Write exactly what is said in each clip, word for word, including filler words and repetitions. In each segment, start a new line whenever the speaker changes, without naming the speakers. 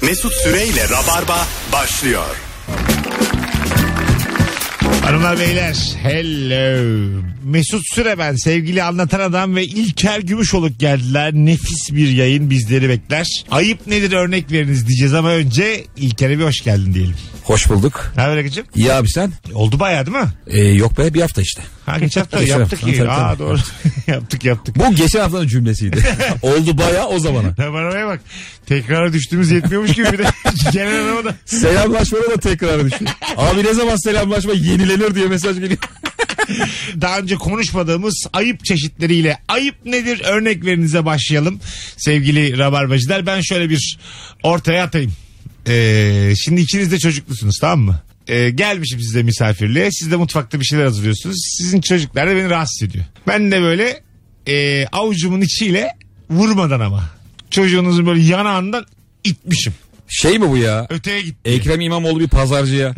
Mesut Süreyle Rabarba başlıyor.
Hanımlar beyler, hello. Mesut Süre ben, sevgili anlatan adam ve İlker Gümüşoluk geldiler. Nefis bir yayın bizleri bekler. Ayıp nedir örnek veriniz diyeceğiz ama önce İlker'e bir hoş geldin diyelim.
Hoş bulduk.
Ne haber Akıcığım?
İyi abi sen?
Oldu bayağı değil mi?
Ee, yok be, bir hafta işte.
Ha geçen hafta
Geçen
yaptık
hafta,
ya.
tabii,
Aa
tabii.
doğru. yaptık yaptık.
Bu geçen haftanın cümlesiydi. Oldu bayağı o zamana.
Bana bak. Tekrara düştüğümüz yetmiyormuş gibi bir de genel adama da.
Selamlaşmada da tekrar düştü. Abi ne zaman selamlaşma yenilenir diye mesaj geliyor.
Daha önce konuşmadığımız ayıp çeşitleriyle ayıp nedir örnek verinize başlayalım. Sevgili Rabarbacılar, ben şöyle bir ortaya atayım. Ee, şimdi ikiniz de çocuklusunuz, tamam mı? Ee, gelmişim size misafirliğe. Siz de mutfakta bir şeyler hazırlıyorsunuz. Sizin çocuklar da beni rahatsız ediyor. Ben de böyle e, avucumun içiyle vurmadan ama çocuğunuzun böyle yanağından itmişim.
Şey mi bu ya?
Öteye gitti.
Ekrem İmamoğlu bir pazarcıya.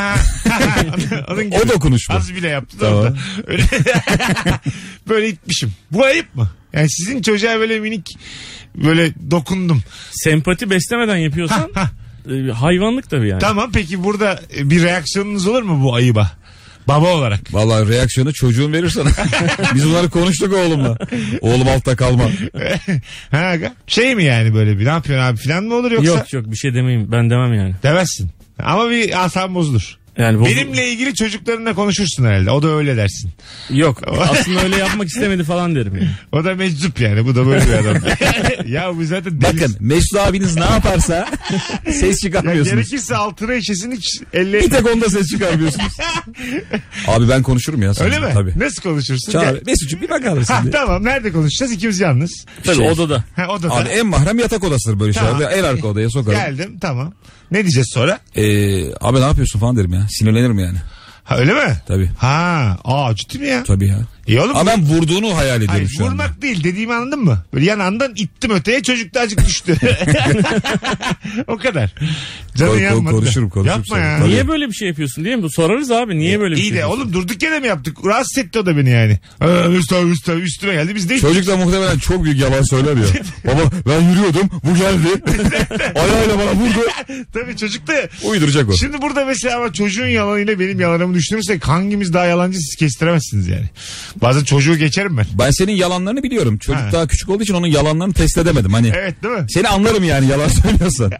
Onun gibi.
O dokunuş mu?
Az bile yaptı da
Tamam.
orada. Öyle böyle itmişim. Bu ayıp mı? Yani sizin çocuğa böyle minik böyle dokundum.
Sempati beslemeden yapıyorsan e, hayvanlık tabii yani.
Tamam, peki burada bir reaksiyonunuz olur mu bu ayıba? Baba olarak.
Vallahi reaksiyonu çocuğun verir sana. Biz bunları konuştuk oğlumla. Oğlum altta kalma.
ha, aga. Şey mi yani böyle bir ne yapıyorsun abi falan mı olur yoksa?
Yok yok bir şey demeyeyim, ben demem yani.
Demezsin. Ama bir asam bozulur.
Yani bozul-
Benimle ilgili çocuklarınla konuşursun herhalde. O da öyle dersin.
Yok aslında öyle yapmak istemedi falan derim yani.
O da meczup yani. Bu da böyle bir adam. ya bu zaten deli.
Bakın Mesut abiniz ne yaparsa ses
Ya
çıkarmıyorsunuz.
gerekirse altına işesin hiç elle.
Bir tek onda ses çıkarmıyorsunuz. Abi ben konuşurum ya.
Öyle mi?
Tabii.
Nasıl konuşursun?
Çağır.
Gel.
Mesut'cum bir bakar mısın
Ha,
diye.
tamam, nerede konuşacağız? İkimiz yalnız.
Tabii
Şey-
odada.
Ha, odada.
Abi en mahrem yatak odasıdır böyle
Tamam.
şeylerde. En arka odaya sokarım.
Geldim, tamam. Ne diyeceğiz sonra?
Ee, abi ne yapıyorsun falan derim ya. Sinirlenirim yani.
Ha, öyle mi?
Tabii.
Ha, aa ciddi mi ya?
Tabii ya.
İyi oğlum.
Ama ben vurduğunu hayal ediyorum
Hayır,
şu anda.
vurmak değil, dediğimi anladın mı? Böyle yanağından ittim öteye, çocuk da azıcık düştü. O kadar. Canı
Ko- ko-
yanmadı.
konuşurum, konuşurum
Yapma
sana.
ya.
Tabii.
Niye böyle bir şey yapıyorsun diye mi? Sorarız abi, niye böyle bir
İyi
şey
de
yapıyorsun?
oğlum durduk yere mi yaptık? Rahatsız etti o da beni yani. Aa, üstüme, üstüme, üstüme geldi, biz de
Çocuk da muhtemelen çok büyük yalan söyler ya. Baba ben yürüyordum, bu geldi. Ayağıyla bana vurdu.
Tabii çocuk da.
Uyduracak o.
Şimdi burada mesela ama çocuğun yalanıyla benim yalanımı düşünürsek hangimiz daha yalancı siz kestiremezsiniz yani. Bazen çocuğu geçerim ben.
Ben senin yalanlarını biliyorum. Çocuk
Ha.
daha küçük olduğu için onun yalanlarını test edemedim. Hani
Evet, değil mi?
seni anlarım yani yalan söylüyorsan.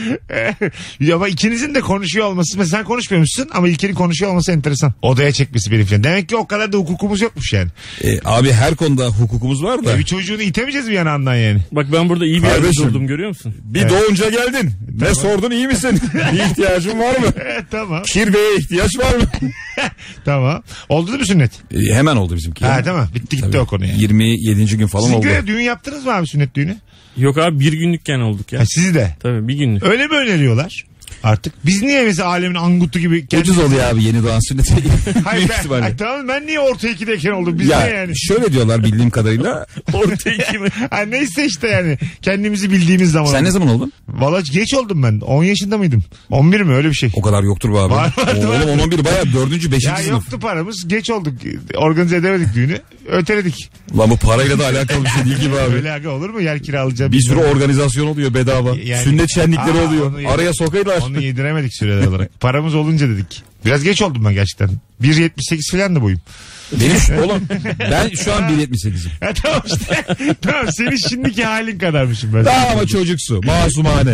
Ya ama ikinizin de konuşuyor olması. Mesela sen konuşmuyormuşsun ama İlker'in konuşuyor olması enteresan. Odaya çekmesi benim falan. Demek ki o kadar da hukukumuz yokmuş yani.
Ee, abi her konuda hukukumuz var da.
Ya bir çocuğunu itemeyeceğiz mi yanağından yani?
Bak ben burada iyi bir yerde
Kardeşim.
durdum, görüyor musun?
Bir evet. Doğunca geldin. Ne sordun, iyi misin? Bir ihtiyacın var mı?
Tamam.
Kirveye ihtiyaç var mı?
Tamam. Oldu değil mi sünnet?
Ee, hemen oldu bizimki.
Ha
ya.
değil mi? Bitti gitti
Tabii.
o konu yani.
yirmi yedinci gün falan oldu.
Sizinkine düğün yaptınız mı abi, sünnet düğünü?
Yok abi, bir günlükken olduk ya.
Ha, sizi de.
Tabii bir günlük.
Öyle mi öneriyorlar artık? Biz niye mesela alemin angutu gibi...
Ucuz oluyor abi yeni doğan sünneti.
Hayır
Büyük
ben,
ihtimalle.
ay, tamam, ben niye orta ikideyken oldum? Biz
Ya
ne yani?
şöyle diyorlar bildiğim kadarıyla.
Orta iki mi?
Ha, neyse işte yani. Kendimizi bildiğimiz zaman.
Sen ne zaman oldun?
Valla geç oldum ben. on yaşında mıydım? on bir mi, öyle bir şey?
O kadar yoktur be abi.
Var, var, var.
Oğlum on on bir bayağı dördüncü beşinci
Ya
sınıf.
yoktu paramız. Geç olduk. Organize edemedik düğünü. Öteledik.
Lan bu parayla da alakalı bir şey değil gibi abi.
Öyle aga olur mu? Yer kiralayacağım.
Bir sürü organizasyon oluyor bedava.
Yani-
Sünnet şenlikleri
Aa,
oluyor.
onu-
Araya sokaylar.
Onu yediremedik süreler olarak. Paramız olunca dedik. Biraz geç oldum ben gerçekten. bir yetmiş sekiz falan da boyum.
Benim şu, oğlum ben şu an bir yetmiş sekizim.
Ha, tamam işte. Tamam, senin şimdiki halin kadarmışım ben.
Daha ama çocuksu. Masumane.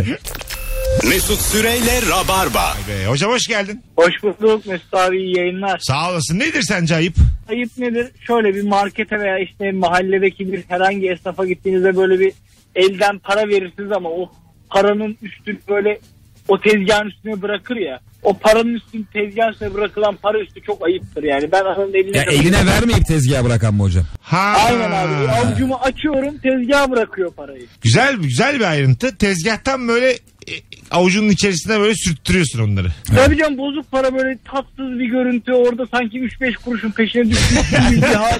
Mesut Süreyle Rabarba.
Be, hocam hoş geldin.
Hoş bulduk Mesut abi, iyi yayınlar.
Sağ olasın. Nedir sence ayıp?
Ayıp nedir? Şöyle bir markete veya işte mahalledeki bir herhangi esnafa gittiğinizde böyle bir elden para verirsiniz ama o paranın üstünü böyle o tezgahın üstüne bırakır ya. O paranın üstünü tezgahın üstüne bırakılan para üstü çok ayıptır yani. Ben adamın eline...
Ya eline vermeyip tezgaha bırakan mı hocam?
Ha.
Aynen abi. Avucumu açıyorum, tezgaha bırakıyor parayı.
Güzel güzel bir ayrıntı. Tezgahtan böyle e, avucunun içerisine böyle sürttürüyorsun onları.
Tabii canım, bozuk para böyle tatsız bir görüntü. Orada sanki üç beş kuruşun peşine düşmüş gibi bir hal.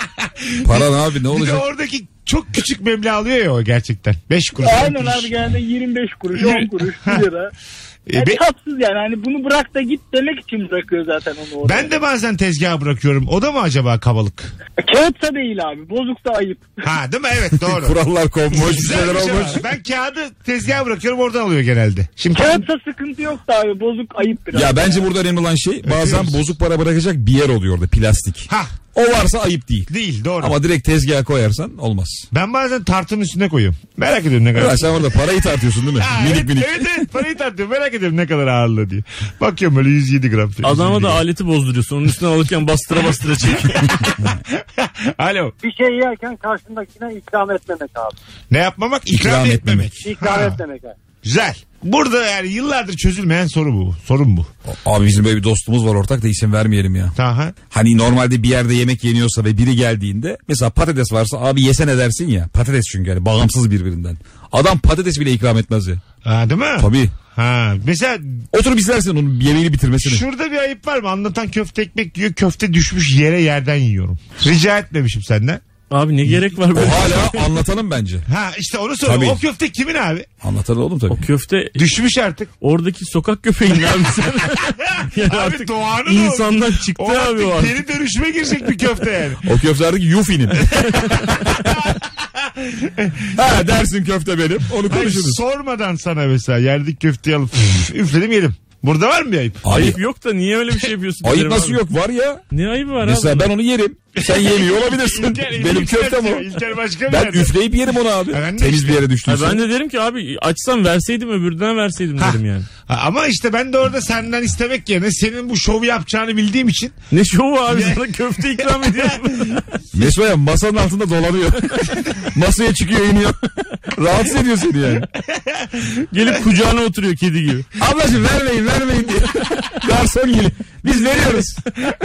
Paran abi ne
Bir de
olacak?
oradaki çok küçük meblağ alıyor ya o gerçekten. beş kuruş. on
Aynen
kuruş.
abi, yani yirmi beş kuruş, on kuruş, bir lira. Yani
be-
tatsız yani. Hani bunu bırak da git demek için bırakıyor zaten onu oraya.
ben de bazen tezgaha bırakıyorum. O da mı acaba kabalık?
Kağıtsa değil abi. Bozuk da ayıp.
Ha değil mi? Evet doğru.
Kurallar konmuş, bir şeyler
Güzelmiş ama.
olmuş.
Ben kağıdı tezgaha bırakıyorum, oradan alıyor genelde. Şimdi
Kağıtsa sıkıntı yok da abi. Bozuk ayıp biraz.
Ya bence burada önemli olan şey bazen
Öpüyoruz.
bozuk para bırakacak bir yer oluyor orada, plastik.
ha
O varsa ayıp değil.
değil doğru.
Ama direkt tezgaha koyarsan olmaz.
Ben bazen tartının üstüne koyuyorum. Merak ediyorum ne kadar.
Ya sen orada parayı tartıyorsun değil mi?
Ha,
minik
evet,
minik.
evet evet parayı tartıyorum, merak ediyorum ne kadar ağırlığı diye. Bakıyorum böyle yüz yedi gram.
Adama
yüz
da
yedi
aleti bozduruyorsun. Onun üstüne alırken bastıra bastıra çek.
gram. Alo.
Bir şey yerken karşındakine ikram etmemek abi.
Ne yapmamak? İkram,
İkram
etmemek.
etmemek.
İkram
Ha,
etmemek abi.
güzel. Burada yani yıllardır çözülmeyen soru bu. Sorun bu.
Abi bizim böyle bir dostumuz var ortak da isim vermeyelim ya.
Aha.
Hani normalde bir yerde yemek yeniyorsa ve biri geldiğinde mesela patates varsa abi yesene dersin ya. Patates çünkü yani bağımsız birbirinden. Adam patates bile ikram etmez ya.
Ha, değil mi?
Tabii.
Ha, mesela
Oturup izlersin onun yemeğini bitirmesini.
şurada bir ayıp var mı? Anlatan köfte ekmek yiyor. Köfte düşmüş yere yerden yiyorum. Rica etmemişim senden.
Abi ne gerek var
O
böyle?
hala anlatanım bence.
Ha işte onu soruyorum.
Tabii.
O köfte kimin abi?
Anlatan oğlum tabii.
O köfte
Düşmüş artık.
oradaki sokak köpeğin abi sen. Yani
Abi
artık
doğanın o.
insandan çıktı
O
abi o
artık
artık.
geri dönüşüme girecek bir köfte yani.
O köfte artık Yufi'nin. Ha dersin köfte benim. Onu
Hayır,
konuşuruz.
sormadan sana mesela yerdik köfteyi alıp üfledim yedim. Burada var mı bir ayıp?
Ayıp yok da niye öyle bir şey yapıyorsun?
Ayıp
derim
nasıl
abi.
yok var ya.
Ne ayıbı var
Mesela
abi?
ben onu yerim. Sen yemiyor olabilirsin.
İlker-
Benim
İlker
köftem
diyor,
o.
İlker başka bir
Ben
yerde.
üfleyip yerim onu abi.
Ha, ben de
Temiz
işte.
bir yere
Ha,
düştüyse.
ben de derim ki abi açsam verseydim öbüründen verseydim
Ha.
derim yani.
Ha, ama işte ben de orada senden istemek yerine senin bu şovu yapacağını bildiğim için
Ne şovu abi sana köfte ikram ediyorum.
Mesut ya masanın altında dolanıyor. Masaya çıkıyor iniyor. Rahatsız ediyor seni yani.
Gelip kucağına oturuyor kedi gibi.
Ablacığım vermeyin vermeyin diye. Garson geliyor. Biz veriyoruz.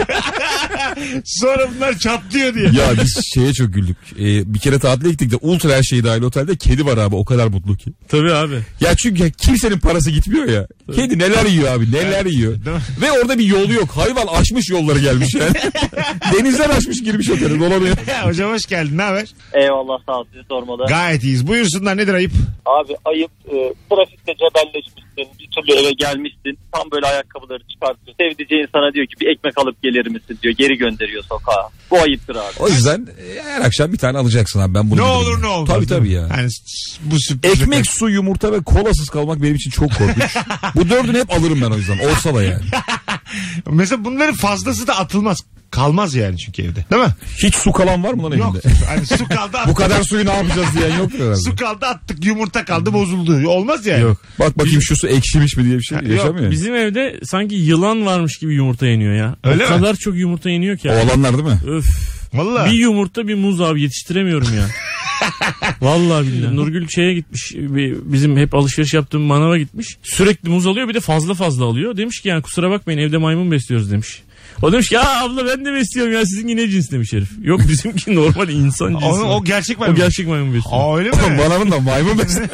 sonra bunlar çatlıyor diye.
Ya biz şeye çok güldük. Ee, bir kere tatile gittik de ultra her şey dahil otelde kedi var abi, o kadar mutlu ki.
Tabii abi.
Ya çünkü ya kimsenin parası gitmiyor ya. Kedi neler yiyor abi, neler yiyor.
Değil mi?
Ve orada bir yolu yok. Hayvan aşmış yolları gelmiş yani. Denizden aşmış girmiş otele dolanıyor.
Hocam hoş geldin, ne haber?
Eyvallah, sağ ol, sizi sormalı.
Gayet iyiyiz. Buyursunlar, nedir ayıp?
Abi ayıp, e, trafikte cebelleşmişsin, bir türlü eve gelmişsin, tam böyle ayakkabıları çıkartıyor. Sevdiceğin sana diyor ki bir ekmek alıp gelir misin diyor, geri gönderiyor sokağa. Bu ayıptır abi.
O yüzden e, her akşam bir tane alacaksın abi, ben bunu
Ne
bilirim
olur
ya.
ne olmaz.
Tabii
değil
tabii
mi?
ya.
Yani s- bu sürpriz.
Ekmek, su, yumurta ve kolasız kalmak benim için çok korkunç. Bu dördünü hep alırım ben o yüzden. Olsa da yani.
Mesela bunların fazlası da atılmaz. Kalmaz yani çünkü evde. Değil mi?
Hiç su kalan var mı lan
Yok.
evinde?
Hani su kaldı attık.
Bu kadar suyu ne yapacağız diyen yoktur herhalde.
Su kaldı attık, yumurta kaldı bozuldu. Olmaz yani.
Yok.
Bak bakayım şu su ekşimiş mi diye bir şey
yok,
yaşamıyor.
Bizim evde sanki yılan varmış gibi yumurta yeniyor ya.
Öyle
o
mi?
kadar çok yumurta yeniyor ki. abi.
Oğlanlar değil mi?
Öf.
Vallahi.
Bir yumurta bir muz abi yetiştiremiyorum ya. Vallahi billahi. Nurgül şeye gitmiş, bir- bizim hep alışveriş yaptığım manava gitmiş. Sürekli muz alıyor, bir de fazla fazla alıyor. Demiş ki yani kusura bakmayın evde maymun besliyoruz demiş. O demiş ki ya abla ben de besliyorum ya, sizinki ne cins demiş herif. Yok bizimki normal insan cinsi.
O, o
var.
gerçek
O
maymun.
gerçek maymun besliyor.
Aa öyle mi?
Manavın da maymun besliyor.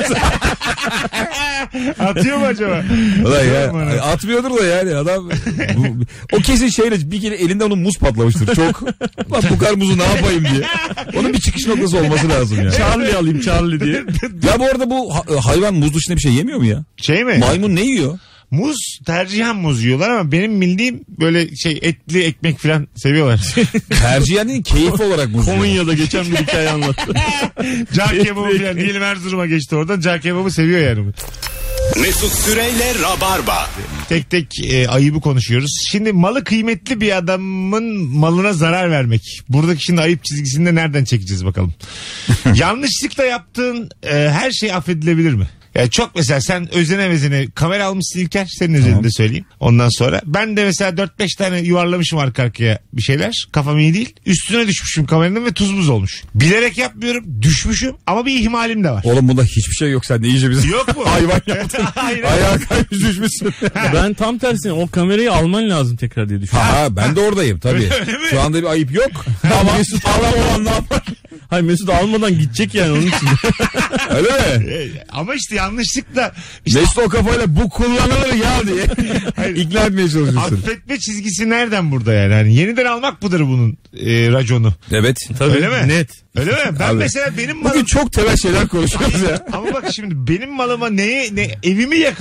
Atıyor mu acaba?
Ulan ya,
Aman ha.
atmıyordur da yani adam. Bu, o kesin şeyle bir kere elinde onun muz patlamıştır. Çok. Lan bu kadar muzu ne yapayım diye. Onun bir çıkış noktası olması lazım ya.
Charlie alayım Charlie diye.
Ya bu arada bu ha- hayvan muz dışında bir şey yemiyor mu ya?
Şey mi?
Maymun ne yiyor?
Muz, tercihen muz yiyorlar ama benim bildiğim böyle şey etli ekmek falan seviyorlar.
Tercihen değil, keyfi olarak muz yiyor.
Konya'da geçen bir hikaye anlattı.
Cağ kebabı falan diyelim, Erzurum'a geçti oradan. Cağ kebabı seviyor yani.
Mesut Süreyle Rabarba.
Tek tek e, ayıbı konuşuyoruz. Şimdi malı kıymetli bir adamın malına zarar vermek. Buradaki şimdi ayıp çizgisini de nereden çekeceğiz bakalım. Yanlışlıkla yaptığın e, her şey affedilebilir mi? Yani çok mesela sen özene vezene kamera almışsın İlker, senin üzerinde söyleyeyim. Ondan sonra ben de mesela dört beş tane yuvarlamışım arka arkaya bir şeyler. Kafam iyi değil. Üstüne düşmüşüm kameranın ve tuz buz olmuş. Bilerek yapmıyorum, düşmüşüm ama bir ihmalim de var.
Oğlum bunda hiçbir şey yok, sen ne iyice bizi.
Yok mu?
Hayvan yaptın.
Hayır.
Ayağa kaymış düşmüşsün.
Ben tam tersine o kamerayı alman lazım tekrar diye düşünüyorum.
Ha ben de oradayım tabii. Şu anda bir ayıp yok. Ama Mesut alamadan ne yapar?
Hayır Mesut almadan gidecek yani onun için.
Öyle mi?
E, ama işte yanlışlıkla işte
Mesut o kafayla bu kullanılır ya diye ikna etmeye çalışıyorsun.
affetme çizgisi nereden burada yani? Hani yeniden almak mıdır bunun e, raconu?
Evet.
Tabii,
Öyle mi?
net.
Öyle mi? Ben
Abi.
mesela benim malım...
Bugün çok temel şeyler konuşuyoruz ya.
Ama bak şimdi benim malıma neye, ne, evimi yakın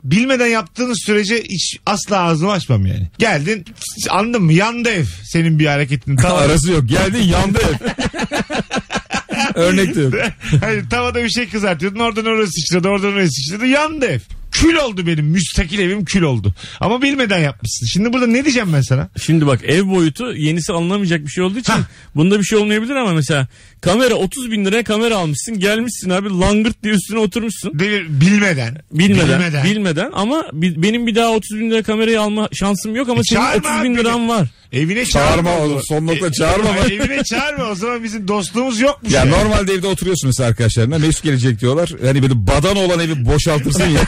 bilmeden yaptığınız sürece hiç asla ağzımı açmam yani. Geldin, anladın mı? Yandı ev senin bir hareketin. Tamam.
Arası yok. Geldin yandı ev. Örnek de yok.
Hani tavada bir şey kızartıyordun, oradan oraya sıçradı, oradan oraya sıçradı, yandı ev. Kül oldu benim müstakil evim, kül oldu. Ama bilmeden yapmışsın. Şimdi burada ne diyeceğim ben sana?
Şimdi bak, ev boyutu yenisi alınamayacak bir şey olduğu için
Hah.
bunda bir şey olmayabilir ama mesela kamera otuz bin liraya kamera almışsın, gelmişsin abi langırt diye üstüne oturmuşsun.
Devir, bilmeden.
Bilmeden,
Bilmeden.
bilmeden ama bi- benim bir daha otuz bin lira kamerayı alma şansım yok ama
E,
senin
çağırma
otuz bin
abi
liran var.
Evine
Çağırma
çağırma.
oğlum, son nokta çağırma.
E, evine çağırma, o zaman bizim dostluğumuz yokmuş.
Ya
yani.
normalde evde oturuyorsun mesela arkadaşlarına. Mesut gelecek diyorlar. Hani böyle badan olan evi boşaltırsın ya.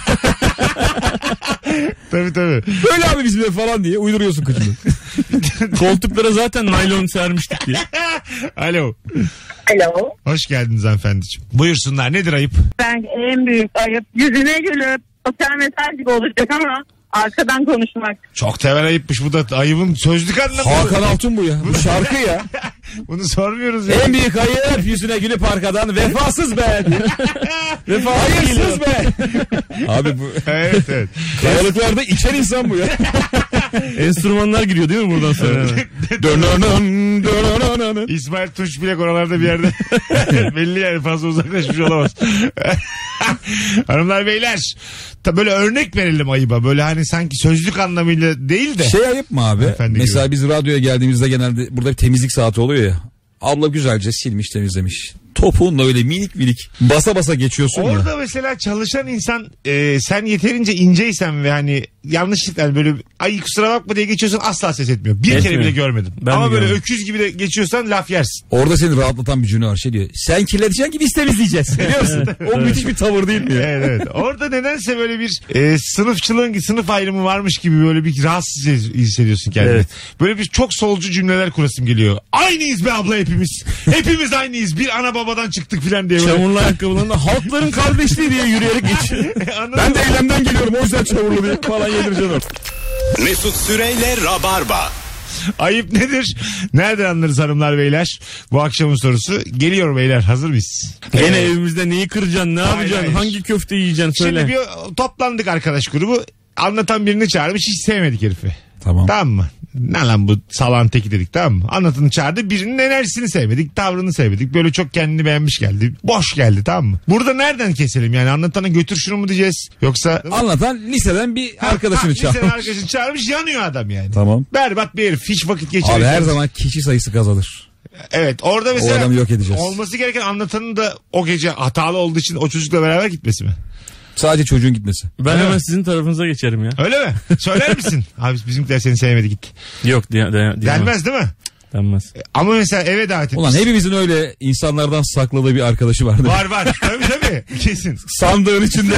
Tabii tabii.
Böyle abi bizim ev falan diye uyduruyorsun kıçını.
Koltuklara zaten naylon sermiştik diye.
Alo.
Alo.
Hoş geldiniz hanımefendiciğim. Buyursunlar, nedir ayıp?
Ben en büyük ayıp yüzüne gülüp sosyal mesaj gibi olacak ama arkadan konuşmak.
Çok temel ayıpmış bu da, ayıbın sözlük anlamı.
Hakan Altun bu ya. Bu şarkı ya.
Bunu sormuyoruz ya.
En büyük ayıp yüzüne gülüp arkadan vefasız be diye. Vefasız hayırsız be. Abi bu
Evet evet.
kayalıklarda içen insan bu ya.
Enstrümanlar giriyor değil mi buradan sonra?
Dönönön, dönönön.
İsmail Tunç bile oralarda bir yerde. Belli yani, fazla uzaklaşmış olamaz. Hanımlar beyler, ta böyle örnek verelim ayıba. Böyle hani sanki sözlük anlamıyla değil de.
Şey ayıp mı abi?
Efendi
Mesela
gibi.
biz radyoya geldiğimizde genelde burada bir temizlik saati oluyor ya. Abla güzelce silmiş temizlemiş. Topuğunla öyle minik minik basa basa geçiyorsun ya.
Orada mesela çalışan insan, e, sen yeterince inceysen ve hani yanlışlıkla yani böyle ay kusura bakma diye geçiyorsan asla ses etmiyor. Bir
Etmiyor.
kere bile görmedim.
Ben
Ama
de
böyle
görmedim.
öküz gibi de geçiyorsan laf yersin.
Orada seni rahatlatan bir cümle var. Şey diyor. Sen kirleteceksin gibi biz temizleyeceğiz. Biliyor musun? O müthiş bir tavır değil mi ya?
Evet evet. Orada nedense böyle bir e, sınıfçılığın, sınıf ayrımı varmış gibi böyle bir rahatsız hissediyorsun kendini.
Evet.
Böyle bir çok solcu cümleler kurasım geliyor. Aynıyız be abla hepimiz. Hepimiz aynıyız. Bir ana babadan çıktık filan diye. Böyle.
Çamurlu ayakkabılarında halkların kardeşliği diye yürüyerek geçiyor.
Anladın
Ben
mı?
de eylemden geliyorum. O yüzden çavurlu diye falan yedireceğim.
Mesut Süreyle Rabarba.
Ayıp nedir? Nereden anlarız hanımlar beyler? Bu akşamın sorusu geliyor beyler. Hazır mıyız?
Gene
Evet.
evimizde neyi kıracaksın, ne
Hayır,
yapacaksın,
hayır.
hangi köfte yiyeceksin söyle.
Şimdi bir toplandık arkadaş grubu. Anlatan birini çağırmış. Hiç sevmedik herifi.
Tamam.
Tamam mı? Ne lan bu salağın teki dedik, tamam mı? Anlatanı çağırdı, birinin enerjisini sevmedik, tavrını sevmedik. Böyle çok kendini beğenmiş geldi. Boş geldi, tamam mı? Burada nereden keselim yani? Anlatanı götür şunu mu diyeceğiz? Yoksa...
Anlatan liseden bir arkadaşını
Liseden
çağırmış.
arkadaşını çağırmış, yanıyor adam yani.
Tamam.
Berbat bir herif. Hiç vakit geçirmiyor.
Abi her zaman kişi sayısı kazanır.
Evet, orada mesela...
O adamı yok edeceğiz.
Olması gereken anlatanın da o gece hatalı olduğu için o çocukla beraber gitmesi mi?
Sadece çocuğun gitmesi.
Ben
Evet.
hemen sizin tarafınıza geçerim ya.
Öyle mi? Söyler misin? Abi bizimkiler seni sevmedi, git.
Yok diye, de,
Denmez değil mi?
Denmez.
Ama mesela eve davet etmiş.
Ulan hepimizin öyle insanlardan sakladığı bir arkadaşı vardı.
Var var. Tabii tabii. Kesin.
Sandığın içinde.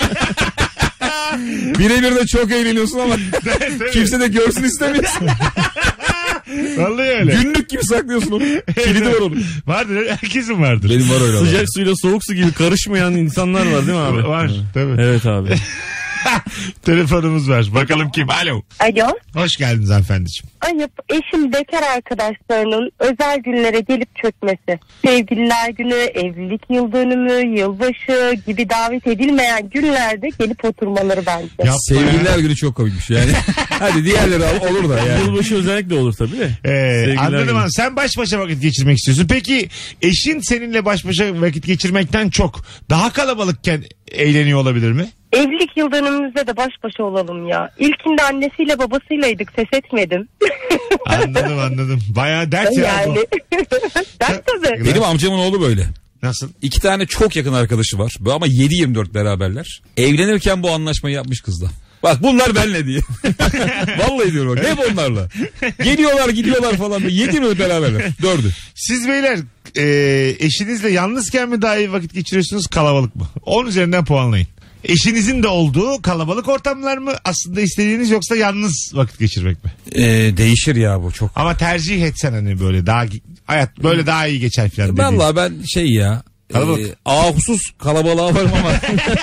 Birebir de çok eğleniyorsun ama
Tabii.
kimse de görsün istemiyorsun.
Vallahi öyle.
Günlük gibi saklıyorsun onu. Kilidi var onun.
Vardır. Herkesin vardır.
Benim var öyle.
Sıcak suyla soğuk su gibi karışmayan insanlar var değil mi abi?
Var. Tabii.
Evet abi.
Telefonumuz var. Bakalım kim? Alo.
Alo.
Hoş geldiniz hanımefendiciğim.
Ayıp eşim bekar arkadaşlarının özel günlere gelip çökmesi. Sevgililer günü, evlilik yıl dönümü, yılbaşı gibi davet edilmeyen günlerde gelip oturmaları bence.
Yapma
Sevgililer günü çok komikmiş yani. Hadi diğerleri al- olur da yani.
Yılbaşı özellikle olur tabii de.
Ee,
Sevgililer
anladım
günü.
ama sen baş başa vakit geçirmek istiyorsun. Peki eşin seninle baş başa vakit geçirmekten çok daha kalabalıkken eğleniyor olabilir mi?
Evlilik yıl dönümümüzde de baş başa olalım ya. İlkinde annesiyle babasıylaydık, ses etmedim.
Anladım anladım. Bayağı dert ya
yani.
bu.
Dert tabii.
Benim amcamın oğlu böyle.
Nasıl?
İki tane çok yakın arkadaşı var. Bu ama yedi yirmi dört beraberler. Evlenirken bu anlaşmayı yapmış kızla. Bak bunlar benle diye. Vallahi diyorum bak. Hep onlarla. Geliyorlar gidiyorlar falan. yedi yirmi dört beraberler. Dördü.
Siz beyler e, eşinizle yalnızken mi daha iyi vakit geçiriyorsunuz, kalabalık mı? On üzerinden puanlayın. Eşinizin de olduğu kalabalık ortamlar mı aslında istediğiniz, yoksa yalnız vakit geçirmek mi?
Ee, değişir ya bu çok.
Ama tercih etsen hani böyle daha hayat böyle daha iyi geçer falan dediğin.
Vallahi ben şey ya
Kalabalık.
e, ahusus kalabalığa varım ama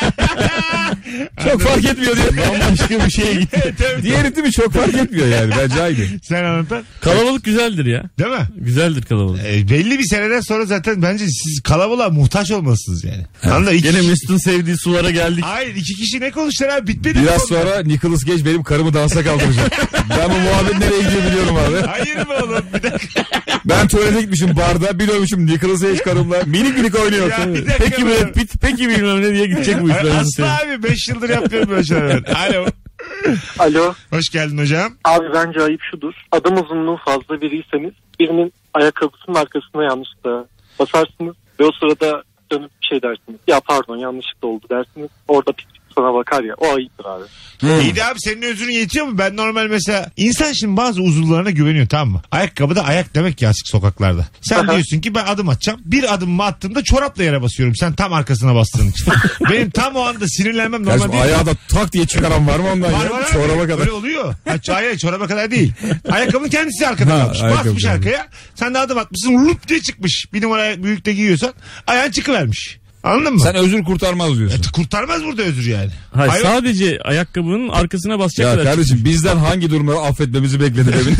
çok fark etmiyor diye.
Bambaşka bir şeye gitti.
Diğeri değil mi çok fark etmiyor yani bence aynı.
Sen anlatan.
Kalabalık güzeldir ya.
Değil mi?
Güzeldir kalabalık.
E, belli bir seneden sonra zaten bence siz kalabalığa muhtaç olmalısınız yani. Anladın mı? İki
Gene
kişi-
Mesut'un sevdiği sulara geldik.
Hayır iki kişi ne konuştular abi bitmedi. mi
Biraz
konular?
sonra Nicolas Cage benim karımı dansa kaldıracak. Ben bu muhabbet nereye gidiyor biliyorum abi.
Hayır mı oğlum bir dakika.
Ben tuvalete gitmişim barda bir dönmüşüm Nicolas Cage karımla minik minik oynuyor.
Ya bir dakika
Peki
be.
Brad Pitt, peki bilmem ne diye gidecek bu iş. Ben size
Aslı
söyleyeyim.
abi beş yıldır yapıyorum böyle şeyler. ben. Alo.
Alo.
Hoş geldin hocam.
Abi bence ayıp şudur. Adım uzunluğu fazla biriyseniz birinin ayakkabısının arkasına yanlışlıkla basarsınız ve o sırada dönüp bir şey dersiniz. Ya pardon yanlışlıkla oldu dersiniz. Orada pis pis sana bakar ya. O ayıptır abi.
İyi de abi senin özrün yetiyor mu? Ben normal mesela insan şimdi bazı uzuvlarına güveniyor tamam mı? Ayakkabıda ayak demek ya açık sokaklarda. Sen
Aha.
diyorsun ki ben adım atacağım. Bir adımımı attığımda çorapla yere basıyorum. Sen tam arkasına bastığın için. Benim tam o anda sinirlenmem normal
Kardeşim
değil.
ayağı da tak diye çıkaran var mı ondan
Var
ya?
var abi.
Çoraba kadar.
Öyle oluyor. Ha, hayır çoraba kadar değil. Ayakkabının kendisi arkada
Ha,
kalmış.
ayakkabı
Basmış
yani.
arkaya. Sen de adım atmışsın. Lup diye çıkmış. Bir numara büyükte giyiyorsan ayağın çıkıvermiş. Anladın mı?
Sen özür kurtarmaz diyorsun.
Kurtarmaz burada özür yani.
Hayır,
Hayır.
sadece ayakkabının arkasına
Ya
basacaklar.
kardeşim bizden hangi durumları affetmemizi bekledi demin.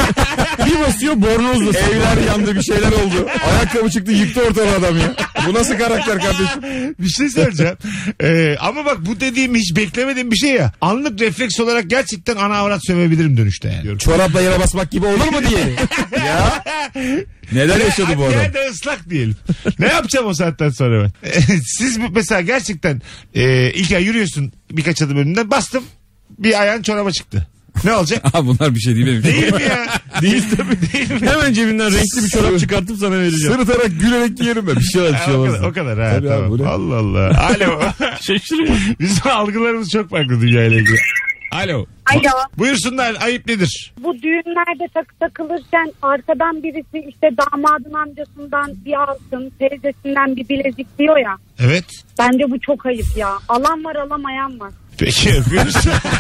Bir basıyor bornozla.
Evler yandı bir şeyler oldu. Ayakkabı çıktı yıktı ortalığı adam ya. Bu nasıl karakter kardeşim?
Bir şey söyleyeceğim. Ee, ama bak bu dediğim hiç beklemediğim bir şey ya. Anlık refleks olarak gerçekten ana avrat sövebilirim dönüşte yani.
Çorapla yere basmak gibi olur mu diye. Ya. Neler yaşadı bu adam?
Nerede ıslak diyelim. Ne yapacağım o saatten sonra ben? Siz bu- mesela gerçekten e, ilk ay yürüyorsun birkaç adım önünden bastım. Bir ayağın çoraba çıktı. Ne olacak?
Ha bunlar bir şey değil benim.
Değil mi ya?
Değil tabii. Değil mi? Hemen cebinden renkli bir çorap çıkartıp sana vereceğim.
Sırıtarak gülerek giyerim ben. Bir şey var bir
Ha,
şey
o,
olmaz.
kadar, o kadar ha.
Tabii abi,
Tamam.
bu ne?
Allah Allah. Alo.
Şaşırma.
Bizim algılarımız çok farklı dünyayla ilgili. Alo.
Alo.
Buyursunlar ayıp nedir?
Bu düğünlerde takı takılırken arkadan birisi işte damadın amcasından bir altın, teyzesinden bir bilezik diyor ya.
Evet.
Bence bu çok ayıp ya. Alan var alamayan var.
Peki öpüyoruz.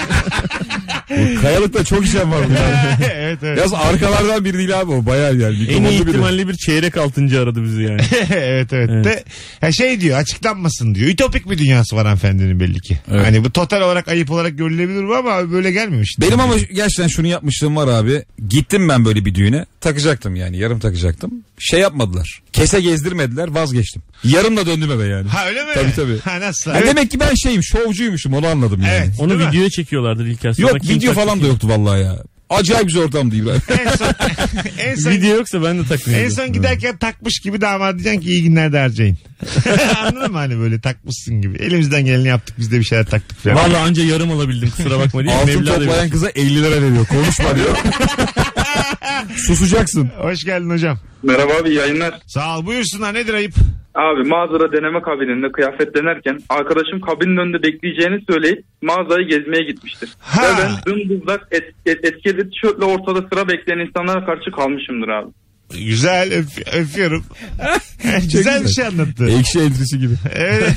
Bu kayalıkta çok işlem var bunlar.
evet evet.
Yalnız arkalardan biri değil abi o bayağı yani.
En iyi
Mikrofonlu biri.
ihtimalle bir çeyrek altıncı aradı bizi yani.
evet evet.
Evet.
De, ha şey diyor açıklanmasın diyor. Ütopik bir dünyası var hanımefendinin belli ki.
Evet.
Hani bu total olarak ayıp olarak görülebilir bu ama böyle gelmemiş.
Benim ama gerçekten şunu yapmışlığım var abi. Gittim ben böyle bir düğüne. Takacaktım yani yarım takacaktım. Şey yapmadılar. Kese gezdirmediler vazgeçtim. Yarımla döndüm eve yani.
Ha öyle mi?
Tabii, tabii.
Ha nasıl?
Ha,
Evet.
Demek ki ben şeyim şovcuymuşum onu anladım yani.
Evet.
Onu
Değil mi?
videoya çekiyorlardır İlker. Sonra
Yok
kim
video
taktı
falan
kim?
da yoktu vallahi ya. Acayip güzel ortamdı İbrahim.
En son, en son,
Video yoksa ben de takmayayım.
en son giderken takmış gibi damat diyeceksin ki iyi günler de harcayın. Anladın mı hani böyle takmışsın gibi. Elimizden geleni yaptık biz de bir şeyler taktık falan.
Valla anca yarım alabildim kusura bakma diye.
Altın
Mevla da
toplayan
bir-
kıza elli lira veriyor. Konuşma diyor. Susacaksın.
Hoş geldin hocam.
Merhaba abi yayınlar.
Sağ ol buyursunlar nedir ayıp?
Abi mağazada deneme kabininde kıyafet denerken arkadaşım kabinin önünde bekleyeceğini söyleyip mağazayı gezmeye gitmiştir.
Ha.
Ve ben dımdızlak et, et, etkili tişörtle ortada sıra bekleyen insanlara karşı kalmışımdır abi.
Güzel öp- öpüyorum. güzel,
güzel.
bir şey anlattı.
Ekşi entrisi gibi.
Evet.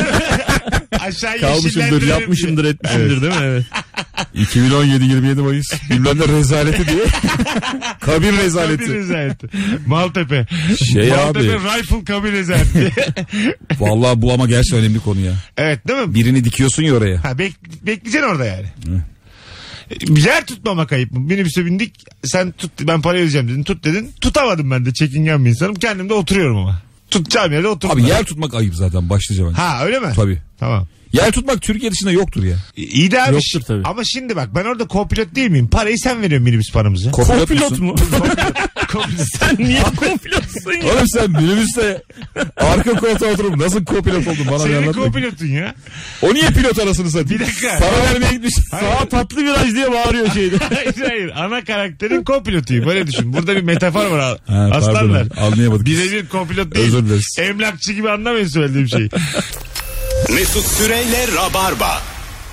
Aşağı
Kalmışımdır,
yeşillendirelim diye.
Yapmışımdır etmişimdir değil mi? Evet.
iki bin on yedi yirmi yedi Mayıs bilmem ne rezaleti diyor. Kabin rezaleti.
Kabin rezaleti. Maltepe.
Şey
Maltepe
abi.
Rifle kabin rezaleti.
Vallahi bu ama gerçekten önemli konu ya.
evet değil mi?
Birini dikiyorsun ya oraya.
Ha, bek- bekleyeceksin orada yani. Yer tutmamak ayıp mı? Minibüse bindik. Sen tut ben para ödeyeceğim dedin. Tut dedin. Tutamadım ben de. Çekingen bir insanım. Kendim de oturuyorum ama. Tutacağım yerde oturdum.
Abi
ben.
yer tutmak ayıp zaten başlıca bence.
Ha öyle mi?
Tabii.
Tamam.
Yer tutmak Türkiye dışında yoktur ya.
İyi de abi.
Yoktur tabii.
Ama şimdi bak ben orada co-pilot değil miyim? Parayı sen veriyorsun minibüs paramızı.
Kopilot
Kopilot
musun?
mu?
Co-pilot.
Sen niye kopilotsun ya?
Oğlum sen minibüste arka koltuğa oturup nasıl kopilot oldun bana bir
Senin
anlat bakayım.
co-pilotun ya.
O niye pilot arasını satayım?
Bir dakika.
Para vermeye gitmiş.
Sağa tatlı viraj diye bağırıyor şeyde.
hayır hayır. Ana karakterin co-pilotuyum. Böyle düşün. Burada bir metafor var.
Ha, pardon
Aslanlar.
abi, anlayamadık.
Birebir co-pilot değil.
Özür dileriz.
Emlakçı gibi anlamayın söylediğim şeyi.
Mesut Süreyle Rabarba.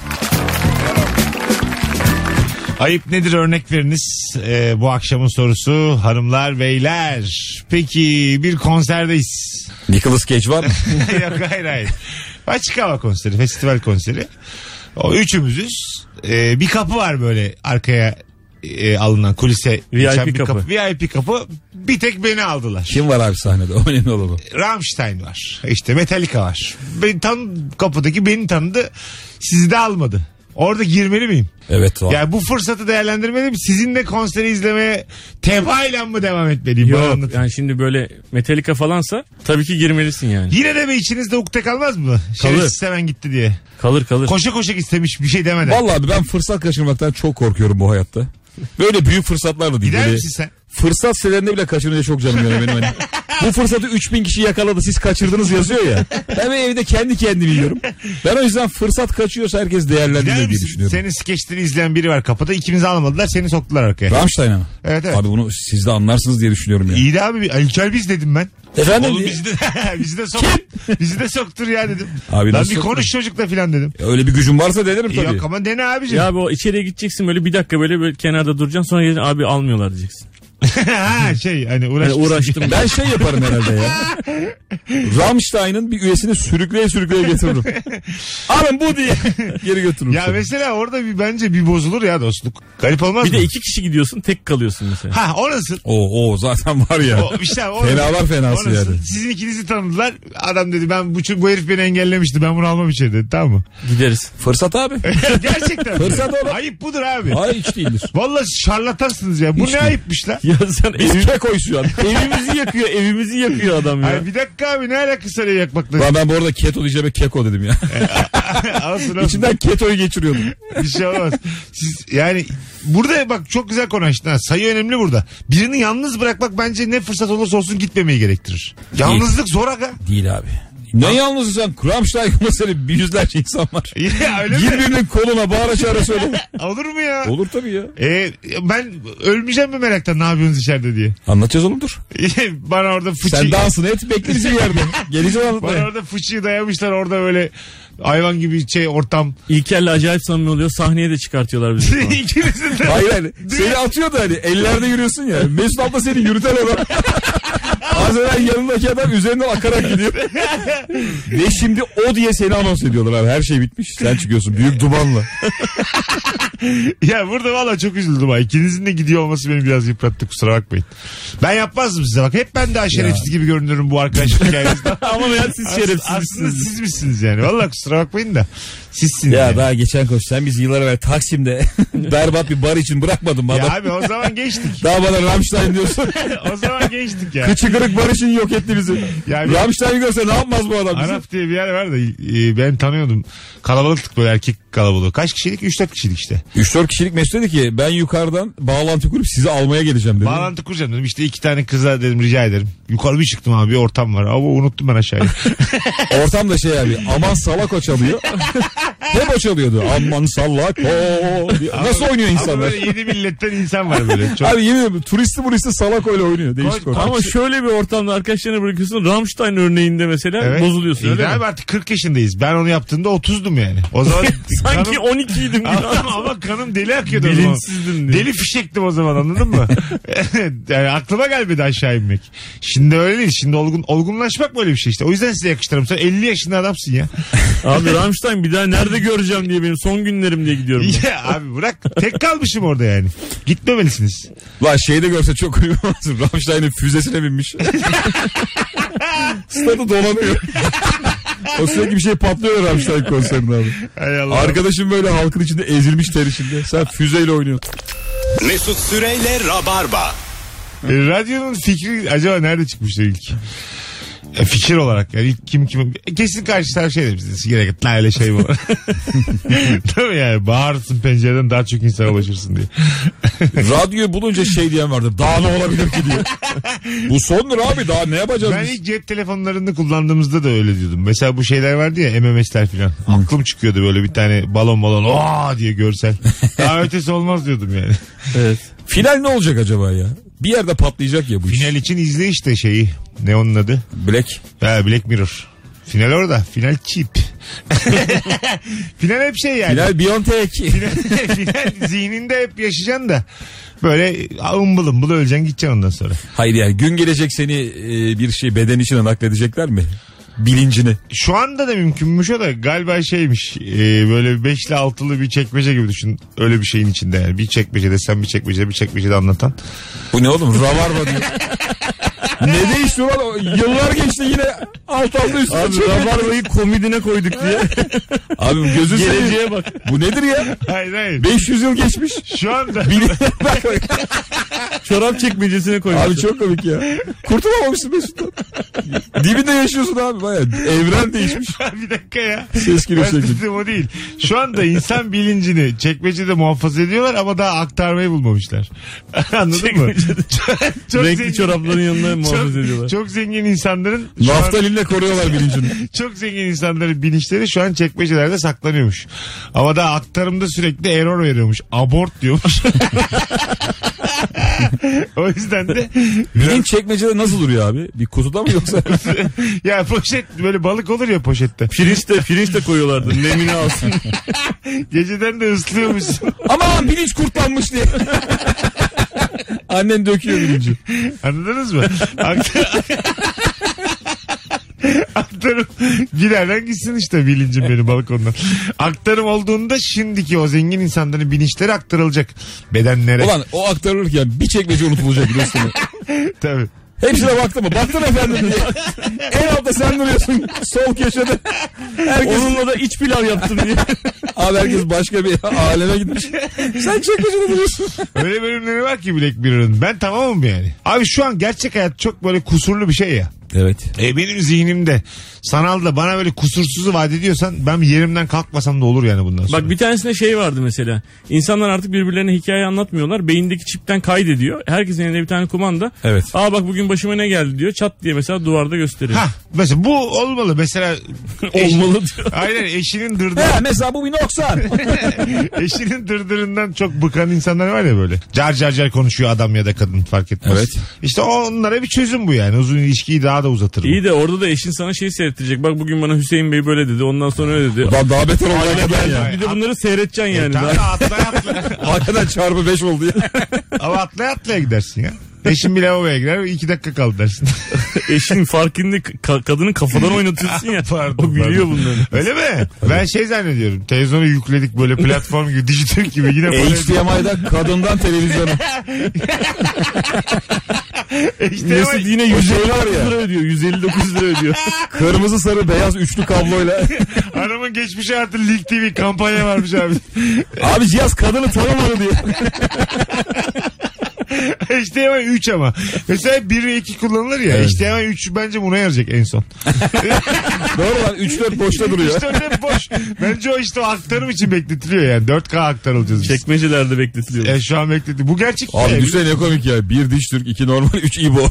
Ayıp nedir örnek veriniz? Ee, bu akşamın sorusu hanımlar beyler. Peki bir konserdeyiz.
Nicolas Cage var mı?
Yok hayır hayır. Açık hava konseri, festival konseri. O üçümüzüz. Ee, bir kapı var böyle arkaya e, alınan kulise
V I P
geçen bir
kapı.
V I P kapı bir tek beni aldılar.
Kim var abi sahnede? O önemli olan o.
Rammstein var. İşte Metallica var. Ben tan kapıdaki beni tanıdı. Sizi de almadı. Orada girmeli miyim?
Evet var.
Yani bu fırsatı değerlendirmeliyim. Sizinle konseri izlemeye tebayla mı devam etmeliyim? Bana
Yok
anlatın.
yani şimdi böyle Metallica falansa tabii ki girmelisin yani.
Yine de be içinizde ukde kalmaz mı?
Kalır.
Şerefsiz hemen gitti diye.
Kalır kalır.
Koşa koşa istemiş bir şey demeden.
Vallahi abi ben fırsat kaçırmaktan çok korkuyorum bu hayatta. Böyle büyük fırsatlar da değil.
Gider
Böyle
misin sen?
fırsat sitelerinde bile kaçırınca çok canım yanıyor benim. Hani. Bu fırsatı üç bin kişi yakaladı siz kaçırdınız yazıyor ya. Ben evde kendi kendimi yiyorum. Ben o yüzden fırsat kaçıyorsa herkes değerlendirir
Gider
diye
misin?
düşünüyorum.
Senin skeçleri izleyen biri var kapıda. İkimizi almadılar, seni soktular arkaya.
Rammstein'a mı?
Evet evet.
Abi bunu siz de anlarsınız diye düşünüyorum ya.
İyi de abi İlker biz dedim ben.
Efendim
Oğlum
diye.
bizi de, bizi de sok. bizi de soktur ya dedim.
Abi
Lan
nasıl
bir
soktur?
konuş çocukla filan dedim.
Öyle bir gücüm varsa denerim tabii.
Yok ama dene abicim.
Ya abi o içeriye gideceksin böyle bir dakika böyle, böyle kenarda duracaksın sonra geleceksin abi almıyorlar diyeceksin.
ha şey hani uğraş.
Yani uğraştım.
Ben şey yaparım herhalde ya. Rammstein'ın bir üyesini sürükleye sürükleye getiririm. Alın bu diye geri götürürüm.
Ya mesela orada bir bence bir bozulur ya dostluk. Garip olmaz
Bir
mı?
de iki kişi gidiyorsun tek kalıyorsun mesela.
Ha o nasıl?
O o zaten var ya.
O, işte, o
Fenalar
nasıl?
fenası
O nasıl?
yani.
Sizin ikinizi tanıdılar. Adam dedi ben bu, bu herif beni engellemişti. Ben bunu almam içeri dedi. Tamam mı?
Gideriz.
Fırsat abi.
Gerçekten.
Fırsat oğlum.
Ayıp budur abi.
Hayır hiç değildir.
Vallahi şarlatansınız ya. Bu
Hiç
ne
değil.
ayıpmış lan?
Ya sen evi,
İske koy şu an.
evimizi yakıyor evimizi yakıyor adam ya.
Ay bir dakika abi ne alakası var yakmakla?
Ben, ben bu arada keto diyeceğime keko dedim ya.
olsun olsun.
İçinden ketoyu geçiriyordum.
Bir şey olmaz. Siz yani burada bak çok güzel konu açtın ha. Sayı önemli burada. Birini yalnız bırakmak bence ne fırsat olursa olsun gitmemeyi gerektirir. Yalnızlık zor aga.
Değil abi. Ne yalnız sen? Rammstein konseri bir yüzlerce insan var.
Ya öyle mi?
Gir birinin koluna bağıra çağıra söyle.
Olur mu ya?
Olur tabii ya.
E, ben ölmeyeceğim mi meraktan ne yapıyorsunuz içeride diye.
Anlatacağız oğlum dur.
Bana orada fıçı...
Sen dansını et bekle bizi yerde. Geleceğim
Bana
anlatmaya.
orada fıçıyı dayamışlar orada böyle hayvan gibi şey ortam.
İlker'le acayip samimi oluyor sahneye de çıkartıyorlar bizi falan.
İkinizin de...
Hayır hayır. Seni atıyor da hani ellerde yürüyorsun ya. Mesut abla seni yürüten adam. Az evvel yanındaki adam üzerinden akarak gidiyor. Ve şimdi o diye seni anons ediyorlar abi. Her şey bitmiş. Sen çıkıyorsun büyük dumanla.
Ya burada valla çok üzüldüm ha. İkinizin de gidiyor olması beni biraz yıprattı kusura bakmayın. Ben yapmazdım size bak. Hep ben daha şerefsiz gibi görünürüm bu arkadaşlık hikayenizde.
Ama ya siz
As-
şerefsiz
Aslında
misiniz?
siz misiniz yani. Valla kusura bakmayın da. Sizsiniz
Ya
yani.
daha geçen koş sen bizi yıllar evvel Taksim'de berbat bir bar için bırakmadın mı
Ya
adam?
abi o zaman geçtik.
Daha bana Rammstein diyorsun.
o zaman geçtik ya.
Kıçı kırık bar için yok etti bizi.
Ya bir-
Rammstein'i görse ne yapmaz bu adam bizi?
Arap diye bir yer var da e, ben tanıyordum. Kalabalıktık böyle erkek kalabalığı. Kaç kişilik? üç dört kişilik işte.
üç dört kişilik Mesut dedi ki ben yukarıdan bağlantı kurup sizi almaya geleceğim dedi.
Bağlantı kuracağım dedim. İşte iki tane kıza dedim rica ederim. Yukarı bir çıktım abi bir ortam var. Ama unuttum ben aşağıya.
Ortam da şey abi aman salako çalıyor. Hep o çalıyordu. Aman salako. diye. Nasıl oynuyor
Ama
insanlar?
böyle yedi milletten insan var böyle. Çok...
Abi yemin ederim turisti muristi salako ile oynuyor. Değişik
Koy-
ortam.
Ama şöyle bir ortamda arkadaşlarına bırakıyorsun Rammstein örneğinde mesela
Evet.
bozuluyorsun
İyi
öyle
de
mi?
abi artık kırk yaşındayız. Ben onu yaptığımda otuzdum yani. O zaman
Sanki
kanım...
on ikiydim.
ama, ama kanım deli akıyordu o zaman.
Bilinçsizdim diye.
Deli fişektim o zaman anladın mı? Yani aklıma gelmedi aşağı inmek. Şimdi öyle değil. Şimdi olgun, olgunlaşmak böyle bir şey işte. O yüzden size yakıştırırım. Sen elli yaşında adamsın ya.
Abi Rammstein bir daha nerede göreceğim diye benim son günlerim diye gidiyorum. ben.
ya abi bırak. Tek kalmışım orada yani. Gitmemelisiniz.
Lan şeyde görse çok uyum olmazsın. Rammstein'in füzesine binmiş. Stadı dolanıyor. O sürekli bir şey patlıyor Rammstein konserinde abi.
Hay Allah.
Arkadaşım böyle halkın içinde ezilmiş ter içinde. Sen füzeyle oynuyorsun.
Mesut Süreyle Rabarba.
E, radyonun fikri acaba nerede çıkmıştı ilk? E, fikir olarak yani ilk kim kim kesin karşı taraf şey demiş. Sigara git lan öyle şey bu. Değil mi yani? Bağırırsın pencereden daha çok insana ulaşırsın diye.
Radyoyu bulunca şey diyen vardır. Daha ne olabilir ki diye. Bu sondur abi daha ne yapacağız
Ben
biz?
ilk cep telefonlarını kullandığımızda da öyle diyordum. Mesela bu şeyler vardı ya M M S'ler falan. Aklım çıkıyordu böyle bir tane balon balon ooo diye görsel. Daha ötesi olmaz diyordum yani.
Evet.
Final ne olacak acaba ya? Bir yerde patlayacak ya bu iş.
Final için izle işte şeyi. Ne onun adı?
Black.
Ha, Black Mirror. Final orada. Final cheap. Final hep şey yani.
Final Biontech.
Final, final zihninde hep yaşayacaksın da. Böyle ımbıl ımbıl öleceksin gideceksin ondan sonra.
Hayır yani gün gelecek seni e, bir şey beden içine nakledecekler mi? bilincini.
Şu anda da mümkünmüş o da galiba şeymiş. E, böyle beşli altılı bir çekmece gibi düşün. Öyle bir şeyin içinde yani. Bir çekmecede sen bir çekmecede bir çekmecede anlatan.
Bu ne oğlum? Rabarba diyor. Ne değişti lan? Yıllar geçti yine alt alta üstüne.
Abi Rabarba'yı komidine koyduk diye.
Abi gözün
Geleceğe bak.
Bu nedir ya?
Hayır hayır.
beş yüz yıl geçmiş.
Şu anda.
Bak,
Çorap çekmecesine koyduk.
abi çok komik ya. Kurtulamamışsın Mesut'tan. Dibinde yaşıyorsun abi baya. Evren değişmiş.
Bir dakika ya.
Ses geliyor
Ben
şekil.
dedim o değil. Şu anda insan bilincini çekmecede muhafaza ediyorlar ama daha aktarmayı bulmamışlar. Anladın mı? Çok
Renkli
zengin-
çorapların yanında muhafaza
çok,
ediyorlar.
çok zengin insanların şu an-
Naftalinle koruyorlar bilincini.
çok zengin insanların bilinçleri şu an çekmecelerde saklanıyormuş. Ama daha aktarımda sürekli error veriyormuş. Abort diyormuş. O yüzden de
Bilinç çekmecede nasıl duruyor abi? Bir kutuda mı yoksa?
ya poşet böyle balık olur ya poşette.
Pirinç de, pirinç de koyuyorlardı. Nemini alsın.
Geceden de ıslıyormuşsun.
Aman bilinç kurtlanmış diye. Annen döküyor bilinci.
Anladınız mı? Aktar... Aktarım giderden gitsin işte bilincim benim balkondan. Aktarım olduğunda şimdiki o zengin insanların bilinçleri aktarılacak bedenlere.
Ulan o aktarılırken bir çekmece unutulacak biliyorsun.
Tabii.
Hepsine baktın mı? Baktın efendim diye. En altta sen duruyorsun. Sol köşede. Herkes...
Onunla da iç pilav yaptım diye.
Abi herkes başka bir aleme gitmiş. Sen çekmecede duruyorsun.
Öyle bölümleri var ki Black Mirror'ın. Ben tamamım yani. Abi şu an gerçek hayat çok böyle kusurlu bir şey ya.
Evet.
E benim zihnimde sanalda bana böyle kusursuzu vaat ediyorsan ben yerimden kalkmasam da olur yani bundan sonra.
Bak bir tanesinde şey vardı mesela. İnsanlar artık birbirlerine hikaye anlatmıyorlar. Beyindeki çipten kaydediyor. Herkesin elinde bir tane kumanda.
Evet.
Aa bak bugün başıma ne geldi diyor. Çat diye mesela duvarda gösteriyor.
Ha mesela bu olmalı mesela.
Olmalı diyor.
Aynen eşinin dırdır.
He mesela bu bir noksan.
Eşinin dırdırından çok bıkan insanlar var ya böyle. Car car car konuşuyor adam ya da kadın fark etmez.
Evet.
İşte onlara bir çözüm bu yani. Uzun ilişkiyi daha da uzatır bu.
İyi de orada da eşin sana şey seyrettirecek. Bak bugün bana Hüseyin Bey böyle dedi. Ondan sonra öyle dedi.
Daha, daha beter olacak kadar ya.
Bir de bunları seyredeceksin yani.
E, tamam
Daha-
atlaya atlaya.
Hakikaten çarpı beş oldu ya.
Ama atlaya atlaya gidersin ya. Eşin bir lavaboya girer iki dakika kaldı dersin.
Eşin farkında ka- kadının kafadan oynatıyorsun ya.
Pardon,
o biliyor
pardon.
bunları.
Öyle mi? Ben şey zannediyorum. Televizyonu yükledik böyle platform gibi dijital gibi yine para
H D M I'da kadından televizyona.
İşte
Mesut yine yüz elli
var ya.
lira ödüyor. yüz elli dokuz lira ödüyor.
Kırmızı sarı beyaz üçlü kabloyla.
hanımın geçmiş hayatı Lig T V kampanya varmış abi.
Abi cihaz kadını tanımadı diye.
H D M I üç ama. Mesela bir ve iki kullanılır ya.
Evet.
H D M I üç bence buna yarayacak en son.
Doğru lan üç dört boşta duruyor.
İşte öyle boş. Bence o işte o aktarım için bekletiliyor yani. dört K aktarılacağız biz.
Çekmecelerde bekletiliyor.
E, şu an bekleti. Bu gerçek bir
Abi
şey.
düşünsene ne komik ya. Bir diş Türk, iki normal, üç İbo.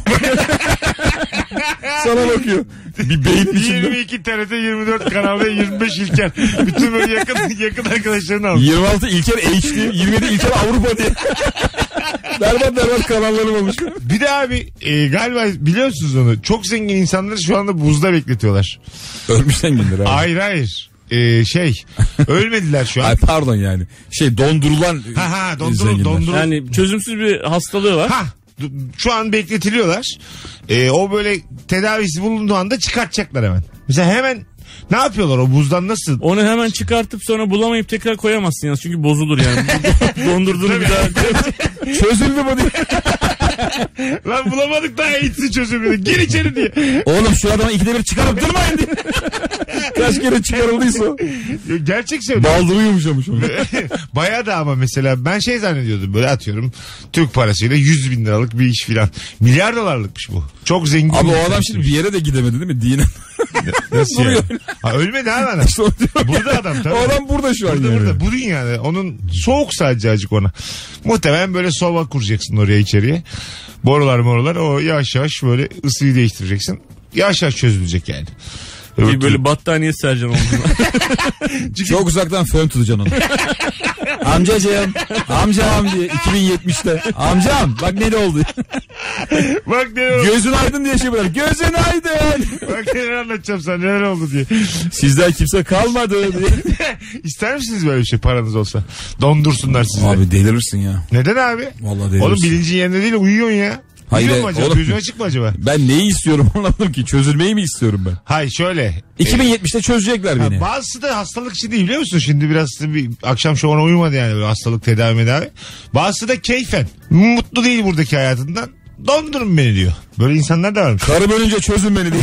Sana bakıyor. Bir beyin içinde.
yirmi iki T R T, yirmi dört Kanal ve yirmi beş İlker. Bütün böyle yakın yakın arkadaşlarını almış.
yirmi altı İlker H D, yirmi yedi İlker Avrupa diye. Berbat berbat kanallarım olmuş.
Bir de abi e, galiba biliyorsunuz onu. Çok zengin insanları şu anda buzda bekletiyorlar.
Ölmüş zengindir abi.
Hayır hayır. E, şey ölmediler şu an.
Ay pardon yani. Şey dondurulan
Ha ha dondurul
zenginler.
dondurul.
Yani çözümsüz bir hastalığı var.
Ha d- şu an bekletiliyorlar. E, o böyle tedavisi bulunduğu anda çıkartacaklar hemen. Mesela hemen ne yapıyorlar o buzdan nasıl?
Onu hemen çıkartıp sonra bulamayıp tekrar koyamazsın ya. Çünkü bozulur yani. Dondurduğunu bir daha.
Çözüldü bu diye.
Lan bulamadık daha AIDS'i çözümünü. Gir içeri diye.
Oğlum şu adamı ikide bir çıkarıp durmayın diye. Kaç kere çıkarıldıysa o.
Gerçek söylüyorum.
Baldırı yumuşamış onu.
Bayağı da ama mesela ben şey zannediyordum böyle atıyorum Türk parasıyla yüz bin liralık bir iş filan. Milyar dolarlıkmış bu. Çok zengin.
Abi o
bir
adam şimdi bir yere de gidemedi değil mi? Dinen.
Nasıl yani?
Duruyor.
Ha, ölmedi ha adam.
İşte o diyorum.
Burada adam tabii.
O adam burada şu an
Burada
yani.
burada. Bu dünyada. Onun soğuk sadece azıcık ona. Muhtemelen böyle soba kuracaksın oraya içeriye. Borular morular o yavaş yavaş böyle ısıyı değiştireceksin. Yavaş yavaş çözülecek yani. Öbür
Bir böyle
türlü-
battaniye sercan oldu.
Çok uzaktan fön tutacaksın onu. Amcacığım, amcam diye iki bin yetmişte. Amcam bak ne de oldu.
Bak ne oldu.
Gözün aydın diye şey böyle. Gözün aydın.
Bak neler anlatacağım sana neler oldu diye.
Sizden kimse kalmadı diye.
İster misiniz böyle bir şey paranız olsa? Dondursunlar sizi.
Abi delirirsin ya.
Neden abi?
Vallahi delirirsin.
Oğlum bilincin yerinde değil uyuyorsun ya.
Hayır,
Biliyor mu acaba?
oğlum.
Gözün açık mı acaba?
Ben neyi istiyorum anlamadım ki. Çözülmeyi mi istiyorum ben?
Hayır şöyle.
iki bin yetmişte çözecekler
Ha,
beni.
bazısı da hastalık için değil biliyor musun? Şimdi biraz da bir akşam şovuna uyumadı yani böyle hastalık tedavi medavi. Bazısı da keyfen. Mutlu değil buradaki hayatından. Dondurun beni diyor. Böyle insanlar da varmış.
Karım ölünce çözün beni diye.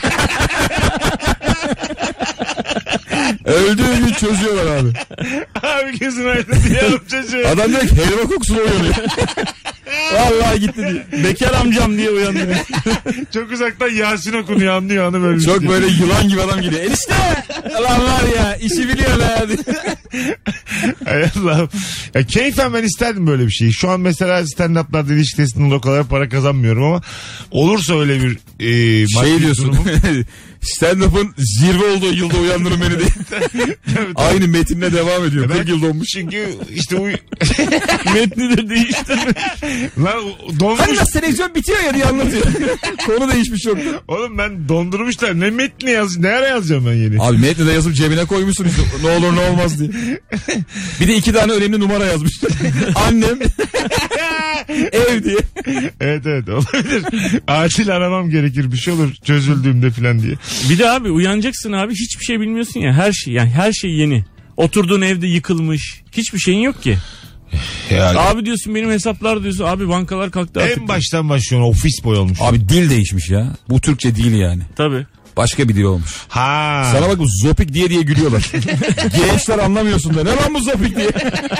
Öldüğü gün çözüyorlar abi.
Abi gözün aydın diyorum çocuğu.
Adam diyor ki helva kokusuna uyanıyor. Vallahi gitti diye.
Bekar amcam diye uyandı.
Çok uzaktan Yasin okunuyor anlıyor anı böyle.
Çok böyle yılan gibi adam geliyor. Enişte! Lan var ya işi biliyor be.
Hay Allah'ım. Ya keyfen ben isterdim böyle bir şeyi. Şu an mesela stand-up'larda ilişki testinde o kadar para kazanmıyorum ama olursa öyle bir e, maddi
Şey diyorsun.
durumum.
Stand-up'ın zirve olduğu yılda uyandırın beni diye. Aynı metinle devam ediyor.
Ben-
kırk yıl olmuş.
Çünkü işte uy...
Metni de değiştirme.
Lan donmuş.
Hani nasıl televizyon bitiyor ya diye anlatıyor. Konu değişmiş çok.
Oğlum ben dondurmuşlar. Ne metni yaz, ne ara yazacağım ben yeni?
Abi metni de yazıp cebine koymuşsun işte. Ne olur ne olmaz diye. Bir de iki tane önemli numara yazmış. Annem. Ev diye.
Evet evet olabilir. Acil aramam gerekir bir şey olur çözüldüğümde falan diye.
Bir de abi uyanacaksın abi hiçbir şey bilmiyorsun ya her şey yani her şey yeni. Oturduğun evde yıkılmış. Hiçbir şeyin yok ki.
Yani.
Abi diyorsun benim hesaplar diyorsun. Abi bankalar kalktı artık.
En baştan başlıyorsun ofis boy olmuş.
Abi dil değişmiş ya. Bu Türkçe değil yani.
Tabii.
Başka bir dil olmuş.
Ha.
Sana bak bu zopik diye diye gülüyorlar. Gençler anlamıyorsun da. Ne lan bu zopik diye.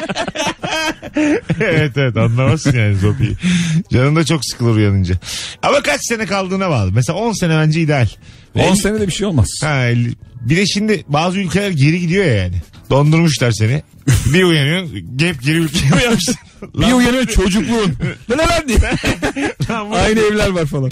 Evet evet anlamazsın yani Zopi'yi. Canın da çok sıkılır uyanınca. Ama kaç sene kaldığına bağlı. Mesela on sene bence ideal.
on senede bir şey olmaz.
Ha, elli. Bir de şimdi bazı ülkeler geri gidiyor ya yani. Dondurmuşlar seni. Bir uyanıyorsun. Gep geri ülkeye uyanmışsın.
Bir uyanıyor çocukluğun. Ne lan diye.
Lan bu-
Aynı evler var falan.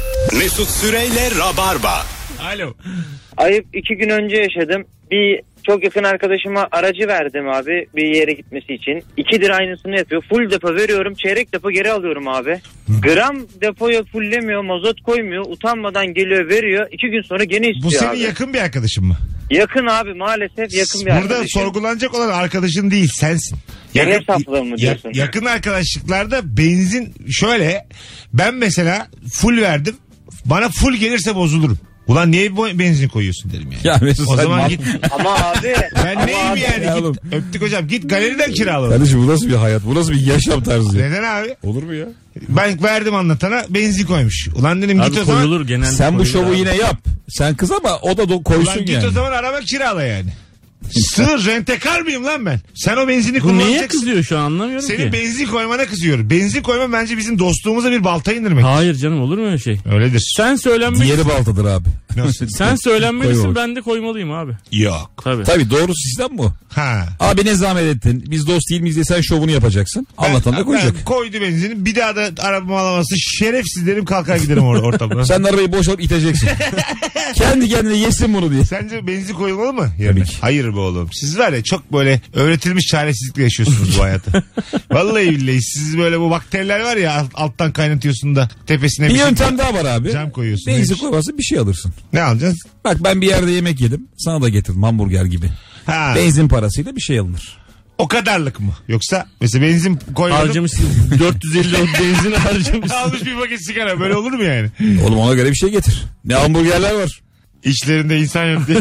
Mesut Süreyle Rabarba.
Alo.
Ayıp iki gün önce yaşadım. Bir çok yakın arkadaşıma aracı verdim abi bir yere gitmesi için. İkidir aynısını yapıyor. Full depo veriyorum. Çeyrek depo geri alıyorum abi. Gram depoya fulllemiyor. Mazot koymuyor. Utanmadan geliyor veriyor. İki gün sonra gene istiyor
Bu senin
abi.
yakın bir arkadaşın mı?
Yakın abi maalesef yakın bir
Burada
arkadaşım.
sorgulanacak olan arkadaşın değil sensin.
Benim saflığım mı diyorsun?
Ya- yakın arkadaşlıklarda benzin şöyle ben mesela full verdim bana full gelirse bozulurum. Ulan niye bu benzin koyuyorsun derim yani.
Ya Mesut
O
sen
zaman
mal-
git.
Ama abi.
Ben
ama
neyim
abi-
yani?
Ya
Git,
oğlum.
öptük hocam. Git galeriden kirala.
Kardeşim bu nasıl bir hayat? Bu nasıl bir yaşam tarzı?
Neden abi?
Olur mu ya?
Ben verdim anlatana benzin koymuş. Ulan dedim
Abi
git o zaman.
koyulur genelde.
Sen bu
koyulur
şovu
abi.
yine yap. Sen kız ama o da do- koysun
Ulan git
yani.
o zaman araba kirala yani. Sığır rentekar mıyım lan ben? Sen o benzini
Bu neye
kullanacaksın.
kızıyor şu an anlamıyorum
Senin
ki.
benzin koymana kızıyorum. Benzin koyma bence bizim dostluğumuza bir balta indirmek.
Hayır canım olur mu öyle şey?
Öyledir.
Sen söylenmek
Diğeri baltadır abi.
sen söylenmelisin
Koymamak.
ben de koymalıyım abi.
Yok.
Tabii.
Tabii doğru sistem bu.
Ha.
Abi ne zahmet ettin? Biz dost değil miyiz diye sen şovunu yapacaksın. Anlatan da koyacak.
Ben koydu benzini. Bir daha da arabamı alamazsın. Şerefsiz derim kalkar giderim or ortamda.
Sen de arabayı boşalıp iteceksin. Kendi kendine yesin bunu diye.
Sence benzin koyulmalı mı? Yerine?
Tabii ki.
Hayır be oğlum. Siz var ya çok böyle öğretilmiş çaresizlikle yaşıyorsunuz bu hayatı. Vallahi billahi siz böyle bu bakteriler var ya alt- alttan kaynatıyorsun da tepesine
Bir
bir,
yöntem
şey,
daha var abi.
cam koyuyorsun.
Benzin
Neymiş?
koymazsa bir şey alırsın.
Ne alacaksın?
Bak ben bir yerde yemek yedim. Sana da getirdim hamburger gibi.
Ha.
Benzin parasıyla bir şey alınır.
O kadarlık mı? Yoksa mesela benzin koymadım.
Harcamışsın. dört yüz elli liralık benzin harcamışsın.
Almış bir paket sigara. Böyle olur mu yani?
Oğlum ona göre bir şey getir. Ne hamburgerler var.
İçlerinde insan yok diye.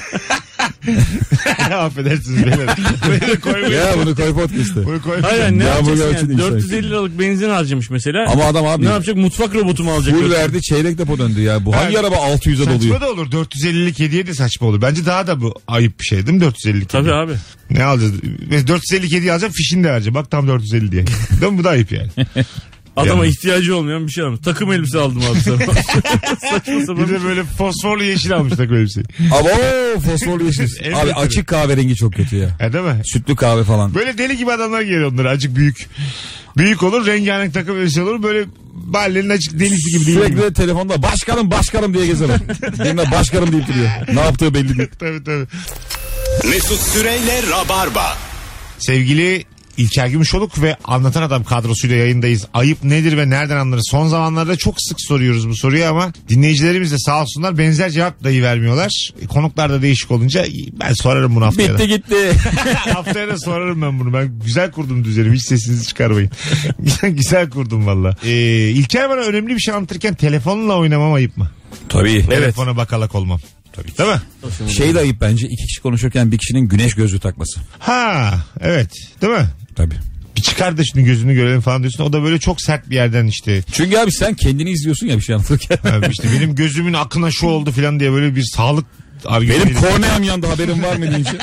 Affedersiniz beyler. Buraya da koymayın.
Ya bunu koy podcast'e.
Bunu koymayın.
Hayır yani ne
Ya
yapacaksın
hamburger için
yani?
insan
dört yüz elli liralık benzin harcamış mesela.
Ama adam abi
Ne yapacak? Mutfak robotu mu alacak?
full
yoksa?
verdi çeyrek depo döndü ya. Bu hangi
Evet.
araba altı yüze
Saçma
doluyor?
da olur. dört yüz ellilik hediye de saçma olur. Bence daha da bu ayıp bir şey değil mi? dört yüz ellilik
Tabii
hediye.
abi.
Ne alacağız? Mesela dört yüz ellilik hediye alacağım fişini de vereceğim. Bak tam dört yüz elli diye. Değil mi? Bu da ayıp yani.
Adama
Yani.
ihtiyacı olmayan bir şey almış. Takım elbise aldım abi sana. Saçma sapan.
Bir de böyle fosforlu yeşil almışlar böyle bir şey.
Ama o fosforlu yeşil.
Evet,
Abi
evet.
açık kahverengi çok kötü ya.
E değil mi?
Sütlü kahve falan.
Böyle deli gibi adamlar geliyor onlara. Acık büyük. Büyük olur. Rengarenk takım elbise olur. Böyle mahallenin açık delisi gibi değil.
Sürekli de telefonda başkanım başkanım diye gezer. Birine başkanım deyip duruyor. Ne yaptığı belli değil.
Tabii tabii.
Mesut Süreyle Rabarba.
Sevgili İlker Gümüşoluk ve Anlatan Adam kadrosuyla yayındayız. Ayıp nedir ve nereden anlarız? Son zamanlarda çok sık soruyoruz bu soruyu ama dinleyicilerimiz de sağ olsunlar benzer cevap dahi vermiyorlar. Konuklar da değişik olunca ben sorarım bunu haftaya da.
Bitti gitti.
Haftaya da sorarım ben bunu. Ben güzel kurdum düzenimi. Hiç sesinizi çıkarmayın. güzel kurdum valla. Ee, İlker bana önemli bir şey anlatırken telefonla oynamam ayıp mı?
Tabii.
Telefona bakalak olmam. Tabii. Değil mi?
Şey de ayıp bence, iki kişi konuşurken bir kişinin güneş gözlüğü takması.
Ha evet. Değil mi?
Tabii.
Bir çıkar da şimdi gözünü görelim falan diyorsun. O da böyle çok sert bir yerden işte.
Çünkü abi sen kendini izliyorsun ya bir şey anlatırken.
Abi işte benim gözümün akına şu oldu falan diye böyle bir sağlık argümanı.
Benim korneam yandı, haberin var mı deyince.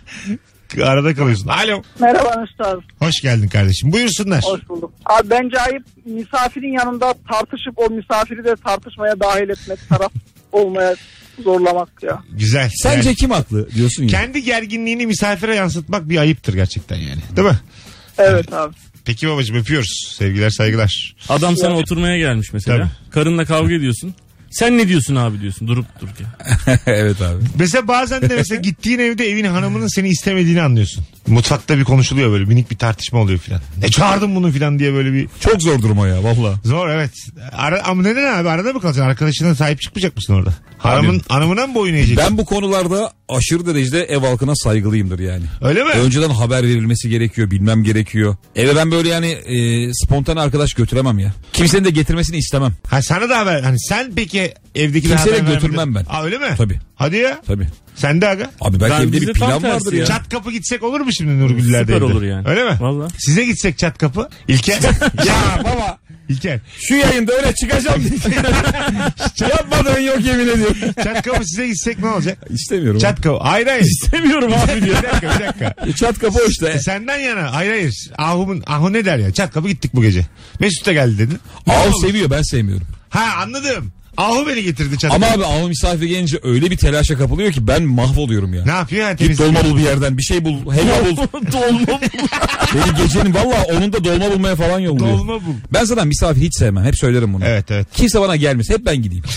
Arada kalıyorsun. Alo.
Merhaba Üstad.
Hoş geldin kardeşim. Buyursunlar.
Hoş bulduk. Abi bence ayıp misafirin yanında tartışıp o misafiri de tartışmaya dahil etmek, taraf olmaya zorlamak ya.
Güzel.
Sence
yani,
kim haklı diyorsun ya.
kendi gerginliğini misafire yansıtmak bir ayıptır gerçekten yani. Değil mi?
Evet abi.
Peki babacığım öpüyoruz. Sevgiler saygılar.
Adam sana oturmaya gelmiş mesela.
Tabii.
Karınla kavga ediyorsun. Sen ne diyorsun abi diyorsun durup dururken.
Evet abi.
Mesela bazen de mesela gittiğin evde evin hanımının seni istemediğini anlıyorsun. Mutfakta bir konuşuluyor böyle minik bir tartışma oluyor filan. Ne çağırdın bunu filan diye böyle bir.
Çok zor durum o ya valla.
Zor evet. Ara, ama neden abi arada mı kalacaksın? Arkadaşına sahip çıkmayacak mısın orada? Hanımın, hanımına mı boyun eğeceksin?
Ben bu konularda aşırı derecede ev halkına saygılıyımdır yani.
Öyle mi?
Önceden haber verilmesi gerekiyor, bilmem gerekiyor. Eve ben böyle yani e, spontane arkadaş götüremem ya. Kimsenin de getirmesini istemem.
Ha sana da haber. Hani sen peki evdeki
Kimseye götürmem ben.
Aa öyle mi?
Tabii.
Hadi ya.
Tabii.
Sen de aga.
Abi belki
Ben
evde
bizde
bir
tam
plan
tersi
vardır
ya.
ya.
Çat kapı gitsek olur mu şimdi Nurgüller'de?
Süper
evde?
olur yani.
Öyle mi?
Valla.
Size gitsek çat kapı. İlker.
Ya baba.
İlker.
Şu yayında öyle çıkacağım diye. Yapmadığın yok yemin ediyorum.
Çat kapı size gitsek ne olacak?
İstemiyorum.
Çat kapı. Hayır hayır.
İstemiyorum abi diyor.
Bir dakika bir dakika.
E, çat kapı o işte.
E, Senden yana. Hayır hayır. Ahu'nun, Ahu ne der ya? Çat kapı gittik bu gece. Mesut da geldi dedin. Ne
Ahu
olur?
seviyor, ben sevmiyorum.
Ha anladım. Ahu beni getirdi çat
Ama
kapı.
abi Ahu misafir gelince öyle bir telaşa kapılıyor ki ben mahvoluyorum ya.
Ne yapıyor? Ha,
Git
temiz.
dolma bul bir yerden, bir şey bul, helva bul.
Dolma bul.
Beni gecenin valla onun da dolma bulmaya falan yolluyor.
Dolma bul.
Ben zaten misafir hiç sevmem, hep söylerim bunu.
Evet evet.
Kimse bana gelmesin, hep ben gideyim.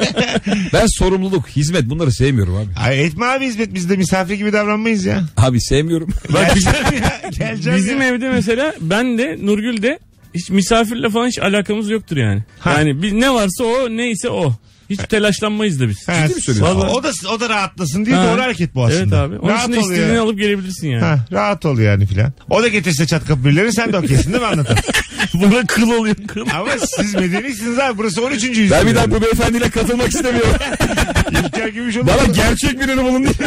Ben sorumluluk, hizmet bunları sevmiyorum abi.
Ay, etme abi hizmet. Biz de misafir gibi davranmayız ya.
Abi sevmiyorum.
Geleceğim ya. Geleceğim
Bizim
ya.
evde mesela ben de Nurgül de hiç misafirle falan hiç alakamız yoktur yani.
Ha.
Yani biz ne varsa o neyse o. Hiç telaşlanmayız da biz.
Ha,
Ciddi mi söylüyorsun?
Vallahi. O da o da rahatlasın diye
Ha.
doğru hareket bu aslında.
Evet abi. Onun
Rahat
için de
ol
istediğini
ya.
alıp gelebilirsin yani.
Ha, rahat ol yani filan. O da getirse çat kapı birileri sen de okeysin değil mi anlatan?
Buna kıl oluyor kıl.
Ama siz medenisiniz abi. Burası on üçüncü yüzyıl.
Ben bir daha
yani.
bu beyefendiyle katılmak istemiyorum.
İlker Gümüşoluk.
Bana gerçek birini bulun diye.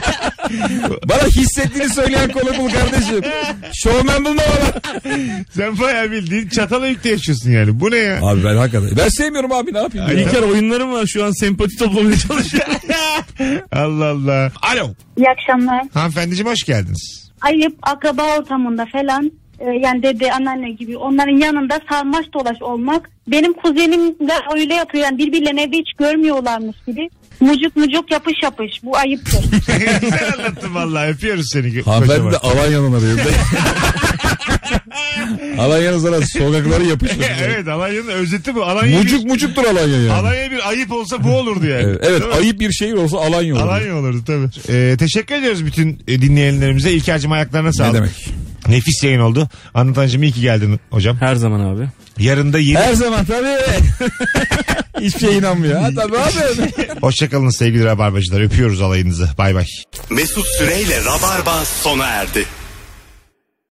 Bana hissettiğini söyleyen konu bul kardeşim. Şovmen bulma bana.
Sen bayağı bildiğin çatala yükte yaşıyorsun yani. Bu ne ya?
Abi ben hakikaten. Ben sevmiyorum abi, ne yapayım? ya?
İlker oyunlarım var şu an sempati toplamaya çalışıyorum.
Allah Allah. Alo.
İyi akşamlar.
Hanımefendiciğim hoş geldiniz.
Ayıp akraba ortamında falan e, yani dede anneanne gibi onların yanında sarmaş dolaş olmak. Benim kuzenimler öyle yapıyor yani birbirlerini evde hiç görmüyorlarmış gibi. Mucuk mucuk yapış yapış bu ayıptır.
Güzel anlattın vallahi. Öpüyoruz seni.
Hanımefendi de Alanya'dan arıyor. Alanya'nın sana sokakları yapışmış.
Evet Alanya'nın özeti bu. Alanya
Mucuk
bir,
mucuktur Alanya yani.
Alanya bir ayıp olsa bu olurdu yani.
Evet, evet
Değil mi?
ayıp bir şehir olsa Alanya olur.
Alanya olurdu tabii. Ee, teşekkür ediyoruz bütün e, dinleyenlerimize. İlker'cim ayaklarına sağlık.
Ne demek?
Nefis yayın oldu. Anlatancığım iyi ki geldin hocam.
Her zaman abi.
Yarın da yeni...
Her zaman tabii. Hiçbir şeye inanmıyor. Ha, tabii abi.
Hoşçakalın sevgili rabarbacılar. Öpüyoruz alayınızı. Bay bay.
Mesut Süreyle Rabarba sona erdi.